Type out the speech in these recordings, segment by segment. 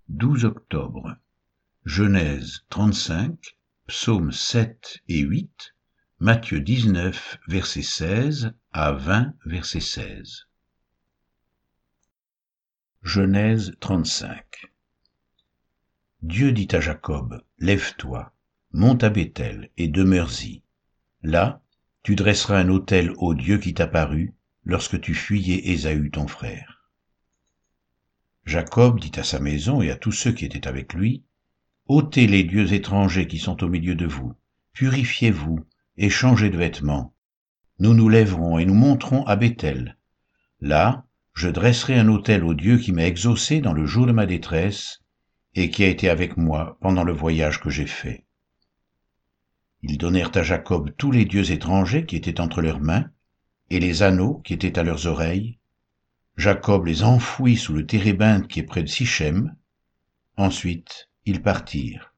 12 octobre. Genèse 35, psaumes 7 et 8, Matthieu 19, verset 16 à 20, verset 16. Genèse 35. Dieu dit à Jacob, lève-toi, monte à Béthel et demeure-y. Là, tu dresseras un autel au Dieu qui t'apparut lorsque tu fuyais Ésaü ton frère. Jacob dit à sa maison et à tous ceux qui étaient avec lui, ôtez les dieux étrangers qui sont au milieu de vous, purifiez-vous et changez de vêtements. Nous nous lèverons et nous monterons à Béthel. Là, je dresserai un autel au Dieu qui m'a exaucé dans le jour de ma détresse et qui a été avec moi pendant le voyage que j'ai fait. Ils donnèrent à Jacob tous les dieux étrangers qui étaient entre leurs mains et les anneaux qui étaient à leurs oreilles. Jacob les enfouit sous le térébinthe qui est près de Sichem. Ensuite, ils partirent.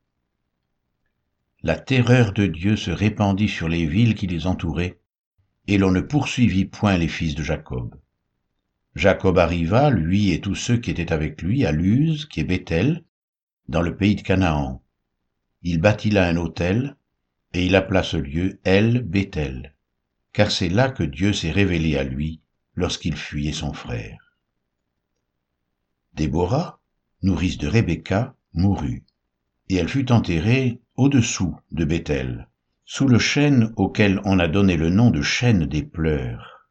La terreur de Dieu se répandit sur les villes qui les entouraient, et l'on ne poursuivit point les fils de Jacob. Jacob arriva, lui et tous ceux qui étaient avec lui, à Luz, qui est Béthel, dans le pays de Canaan. Il bâtit là un autel, et il appela ce lieu El-Béthel, car c'est là que Dieu s'est révélé à lui lorsqu'il fuyait son frère. Déborah, nourrice de Rebecca, mourut, et elle fut enterrée au-dessous de Béthel, sous le chêne auquel on a donné le nom de chêne des pleurs.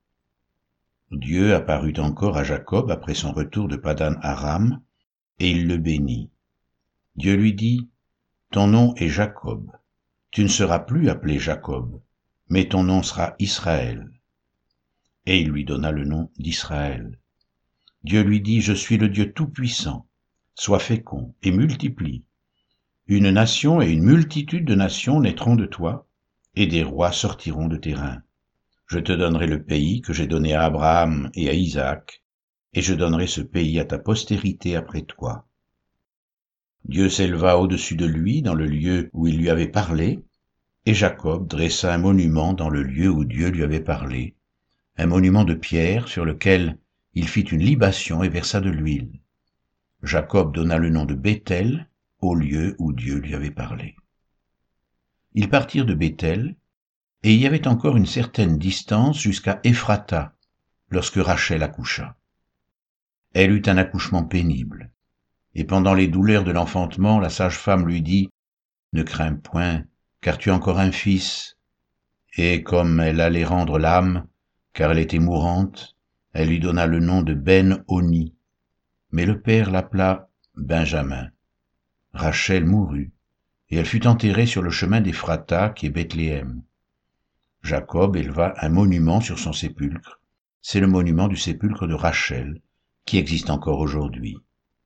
Dieu apparut encore à Jacob après son retour de Padan-Aram, et il le bénit. Dieu lui dit, « Ton nom est Jacob, tu ne seras plus appelé Jacob, mais ton nom sera Israël. » Et il lui donna le nom d'Israël. Dieu lui dit, « Je suis le Dieu Tout-Puissant, sois fécond et multiplie. Une nation et une multitude de nations naîtront de toi, et des rois sortiront de tes reins. Je te donnerai le pays que j'ai donné à Abraham et à Isaac, et je donnerai ce pays à ta postérité après toi. » Dieu s'éleva au-dessus de lui dans le lieu où il lui avait parlé, et Jacob dressa un monument dans le lieu où Dieu lui avait parlé, un monument de pierre sur lequel il fit une libation et versa de l'huile. Jacob donna le nom de Béthel au lieu où Dieu lui avait parlé. Ils partirent de Béthel, et il y avait encore une certaine distance jusqu'à Ephrata, lorsque Rachel accoucha. Elle eut un accouchement pénible, et pendant les douleurs de l'enfantement, la sage-femme lui dit, « Ne crains point, car tu as encore un fils. » Et comme elle allait rendre l'âme, car elle était mourante, elle lui donna le nom de Ben-Oni, mais le père l'appela Benjamin. Rachel mourut, et elle fut enterrée sur le chemin d'Ephrata, qui est Bethléem. Jacob éleva un monument sur son sépulcre, c'est le monument du sépulcre de Rachel, qui existe encore aujourd'hui.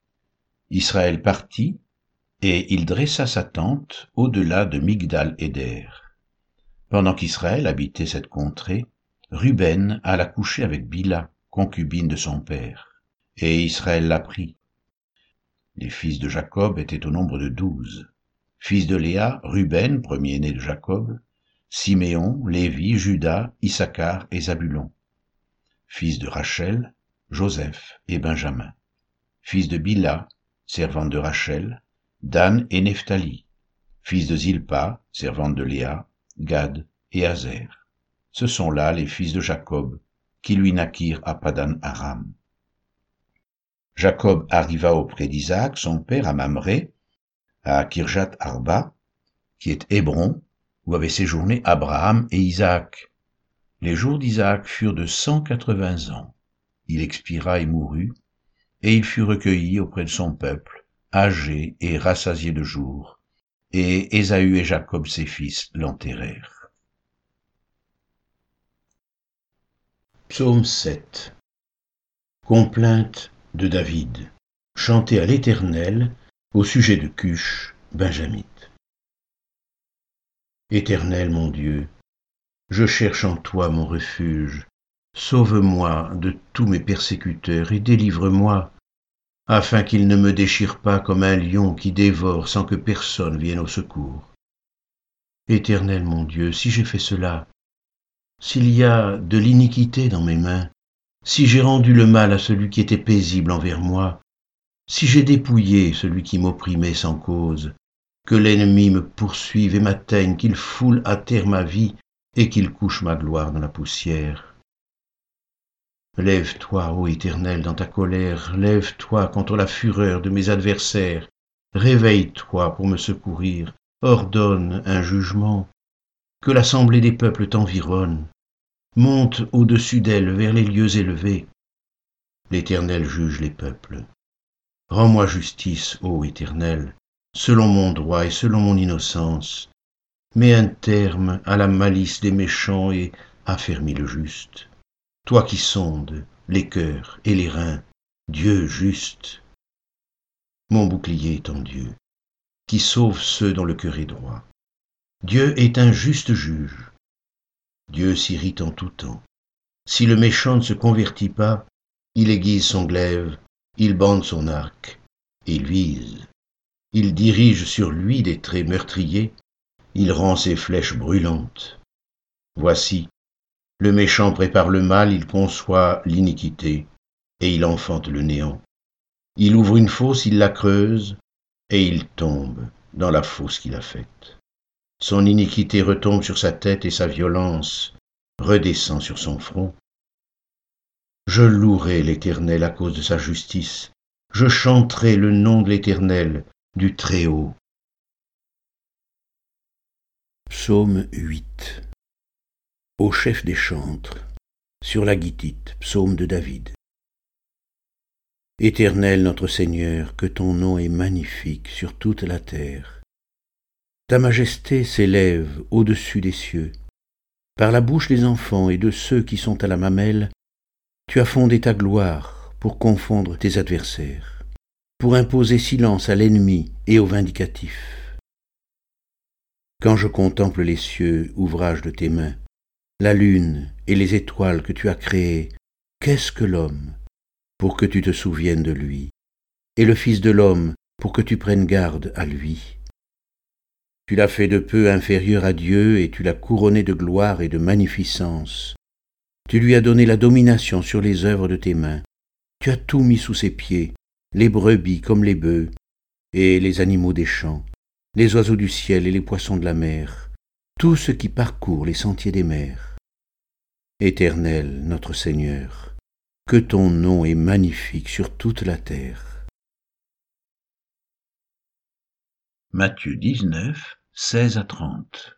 Israël partit, et il dressa sa tente au-delà de Migdal-Éder. Pendant qu'Israël habitait cette contrée, Ruben alla coucher avec Bila, concubine de son père, et Israël l'apprit. Les fils de Jacob étaient au nombre de 12. Fils de Léa, Ruben, premier-né de Jacob, Siméon, Lévi, Juda, Issachar et Zabulon. Fils de Rachel, Joseph et Benjamin. Fils de Bila, servante de Rachel, Dan et Nephtali. Fils de Zilpa, servante de Léa, Gad et Azer. Ce sont là les fils de Jacob, qui lui naquirent à Padan-Aram. Jacob arriva auprès d'Isaac, son père, à Mamré, à Kirjat-Arba, qui est Hébron, où avaient séjourné Abraham et Isaac. Les jours d'Isaac furent de 180 ans. Il expira et mourut, et il fut recueilli auprès de son peuple, âgé et rassasié de jours, et Ésaü et Jacob ses fils l'enterrèrent. Psaume 7. Complainte de David, chantée à l'Éternel au sujet de Cush, benjamite. Éternel mon Dieu, je cherche en toi mon refuge. Sauve-moi de tous mes persécuteurs et délivre-moi, afin qu'ils ne me déchirent pas comme un lion qui dévore sans que personne vienne au secours. Éternel mon Dieu, si j'ai fait cela, s'il y a de l'iniquité dans mes mains, si j'ai rendu le mal à celui qui était paisible envers moi, Si j'ai dépouillé celui qui m'opprimait sans cause, que l'ennemi me poursuive et m'atteigne, qu'il foule à terre ma vie et qu'il couche ma gloire dans la poussière. Lève-toi, ô Éternel, dans ta colère, lève-toi contre la fureur de mes adversaires, réveille-toi pour me secourir, ordonne un jugement, que l'assemblée des peuples t'environne, monte au-dessus d'elle vers les lieux élevés. L'Éternel juge les peuples. Rends-moi justice, ô Éternel, selon mon droit et selon mon innocence. Mets un terme à la malice des méchants et affermis le juste. Toi qui sondes les cœurs et les reins, Dieu juste. Mon bouclier est en Dieu, qui sauve ceux dont le cœur est droit. Dieu est un juste juge. Dieu s'irrite en tout temps. Si le méchant ne se convertit pas, il aiguise son glaive, il bande son arc, il vise. Il dirige sur lui des traits meurtriers, il rend ses flèches brûlantes. Voici, le méchant prépare le mal, il conçoit l'iniquité, et il enfante le néant. Il ouvre une fosse, il la creuse, et il tombe dans la fosse qu'il a faite. Son iniquité retombe sur sa tête et sa violence redescend sur son front. Je louerai l'Éternel à cause de sa justice, je chanterai le nom de l'Éternel, du Très-Haut. Psaume 8. Au chef des chantres, sur la guitite, psaume de David. Éternel notre Seigneur, que ton nom est magnifique sur toute la terre. Ta majesté s'élève au-dessus des cieux. Par la bouche des enfants et de ceux qui sont à la mamelle, tu as fondé ta gloire pour confondre tes adversaires, pour imposer silence à l'ennemi et au vindicatif. Quand je contemple les cieux, ouvrage de tes mains, la lune et les étoiles que tu as créées, qu'est-ce que l'homme pour que tu te souviennes de lui, et le Fils de l'homme pour que tu prennes garde à lui? Tu l'as fait de peu inférieur à Dieu et tu l'as couronné de gloire et de magnificence. Tu lui as donné la domination sur les œuvres de tes mains. Tu as tout mis sous ses pieds, les brebis comme les bœufs, et les animaux des champs, les oiseaux du ciel et les poissons de la mer, tout ce qui parcourt les sentiers des mers. Éternel, notre Seigneur, que ton nom est magnifique sur toute la terre. Matthieu 19, 16-30.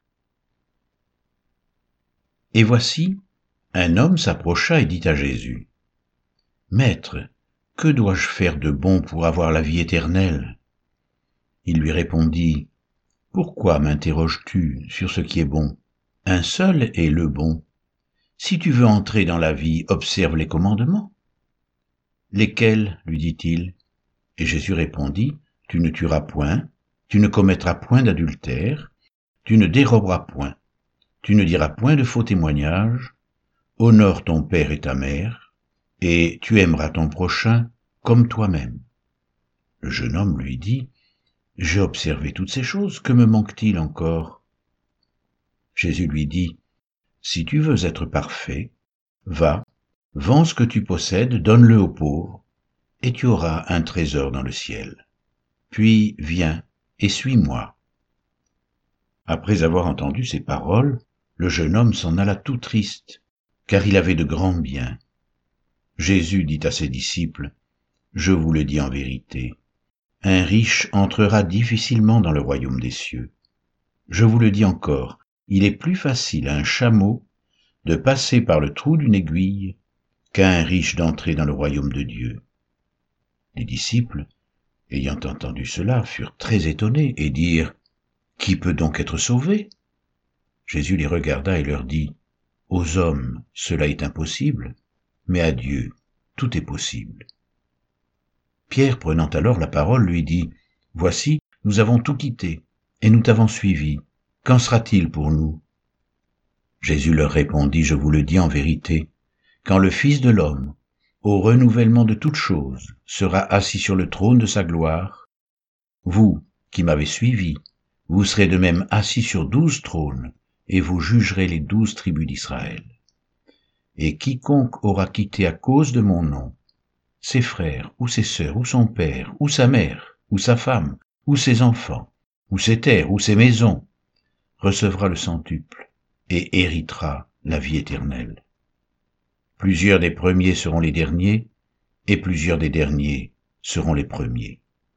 Et voici, un homme s'approcha et dit à Jésus, « Maître, que dois-je faire de bon pour avoir la vie éternelle ?» Il lui répondit, « Pourquoi m'interroges-tu sur ce qui est bon? Un seul est le bon. Si tu veux entrer dans la vie, observe les commandements. » « Lesquels? Lui dit-il. Et Jésus répondit, « Tu ne tueras point, tu ne commettras point d'adultère, tu ne déroberas point, tu ne diras point de faux témoignages, honore ton père et ta mère, et tu aimeras ton prochain comme toi-même. » Le jeune homme lui dit, « J'ai observé toutes ces choses, que me manque-t-il encore ?» Jésus lui dit, « Si tu veux être parfait, va, vends ce que tu possèdes, donne-le aux pauvres, et tu auras un trésor dans le ciel. Puis viens et suis-moi. » Après avoir entendu ces paroles, le jeune homme s'en alla tout triste, car il avait de grands biens. Jésus dit à ses disciples, « Je vous le dis en vérité, un riche entrera difficilement dans le royaume des cieux. Je vous le dis encore, il est plus facile à un chameau de passer par le trou d'une aiguille qu'à un riche d'entrer dans le royaume de Dieu. » Les disciples, ayant entendu cela, furent très étonnés et dirent, « Qui peut donc être sauvé ?» Jésus les regarda et leur dit, « Aux hommes, cela est impossible, mais à Dieu, tout est possible. » Pierre, prenant alors la parole, lui dit, « Voici, nous avons tout quitté, et nous t'avons suivi. Qu'en sera-t-il pour nous ?» Jésus leur répondit, « Je vous le dis en vérité, quand le Fils de l'homme, au renouvellement de toutes choses, sera assis sur le trône de sa gloire, vous, qui m'avez suivi, vous serez de même assis sur 12 trônes, et vous jugerez les 12 tribus d'Israël. Et quiconque aura quitté à cause de mon nom ses frères, ou ses sœurs, ou son père, ou sa mère, ou sa femme, ou ses enfants, ou ses terres, ou ses maisons, recevra le centuple et héritera la vie éternelle. Plusieurs des premiers seront les derniers, et plusieurs des derniers seront les premiers.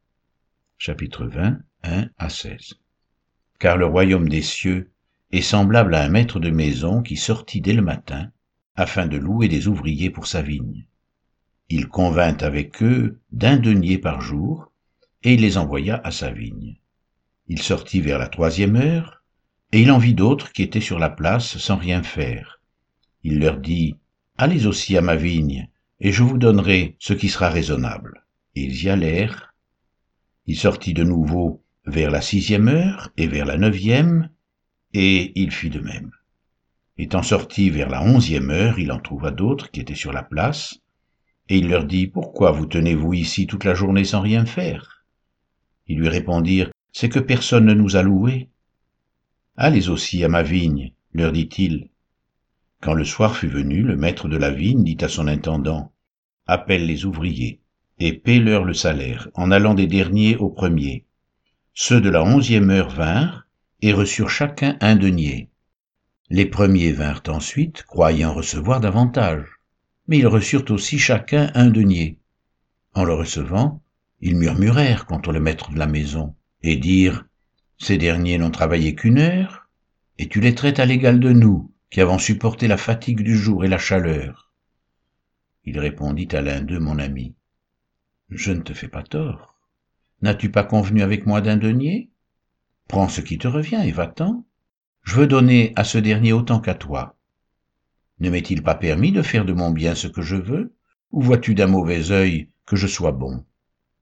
Chapitre 20, 1 à 16. Car le royaume des cieux est semblable à un maître de maison qui sortit dès le matin, afin de louer des ouvriers pour sa vigne. Il convint avec eux d'1 denier par jour, et il les envoya à sa vigne. Il sortit vers la 3e heure, et il en vit d'autres qui étaient sur la place sans rien faire. Il leur dit, « Allez aussi à ma vigne, et je vous donnerai ce qui sera raisonnable. » Et ils y allèrent. Il sortit de nouveau vers la 6e heure et vers la 9e, et il fit de même. Étant sorti vers la 11e heure, il en trouva d'autres qui étaient sur la place, et il leur dit, « Pourquoi vous tenez-vous ici toute la journée sans rien faire ?» Ils lui répondirent, « C'est que personne ne nous a loués. »« Allez aussi à ma vigne, leur dit-il. Quand le soir fut venu, le maître de la vigne dit à son intendant, « Appelle les ouvriers, et paie-leur le salaire, en allant des derniers aux premiers. » Ceux de la 11e heure vinrent, et reçurent chacun 1 denier. Les premiers vinrent ensuite, croyant recevoir davantage, mais ils reçurent aussi chacun 1 denier. En le recevant, ils murmurèrent contre le maître de la maison, et dirent, « Ces derniers n'ont travaillé qu'1 heure, et tu les traites à l'égal de nous, qui avons supporté la fatigue du jour et la chaleur. » Il répondit à l'un d'eux, « Mon ami, je ne te fais pas tort. N'as-tu pas convenu avec moi d'1 denier? Prends ce qui te revient et va-t'en. Je veux donner à ce dernier autant qu'à toi. Ne m'est-il pas permis de faire de mon bien ce que je veux, ou vois-tu d'un mauvais œil que je sois bon?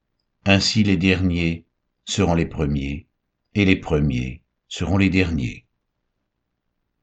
Ainsi les derniers seront les premiers, et les premiers seront les derniers. »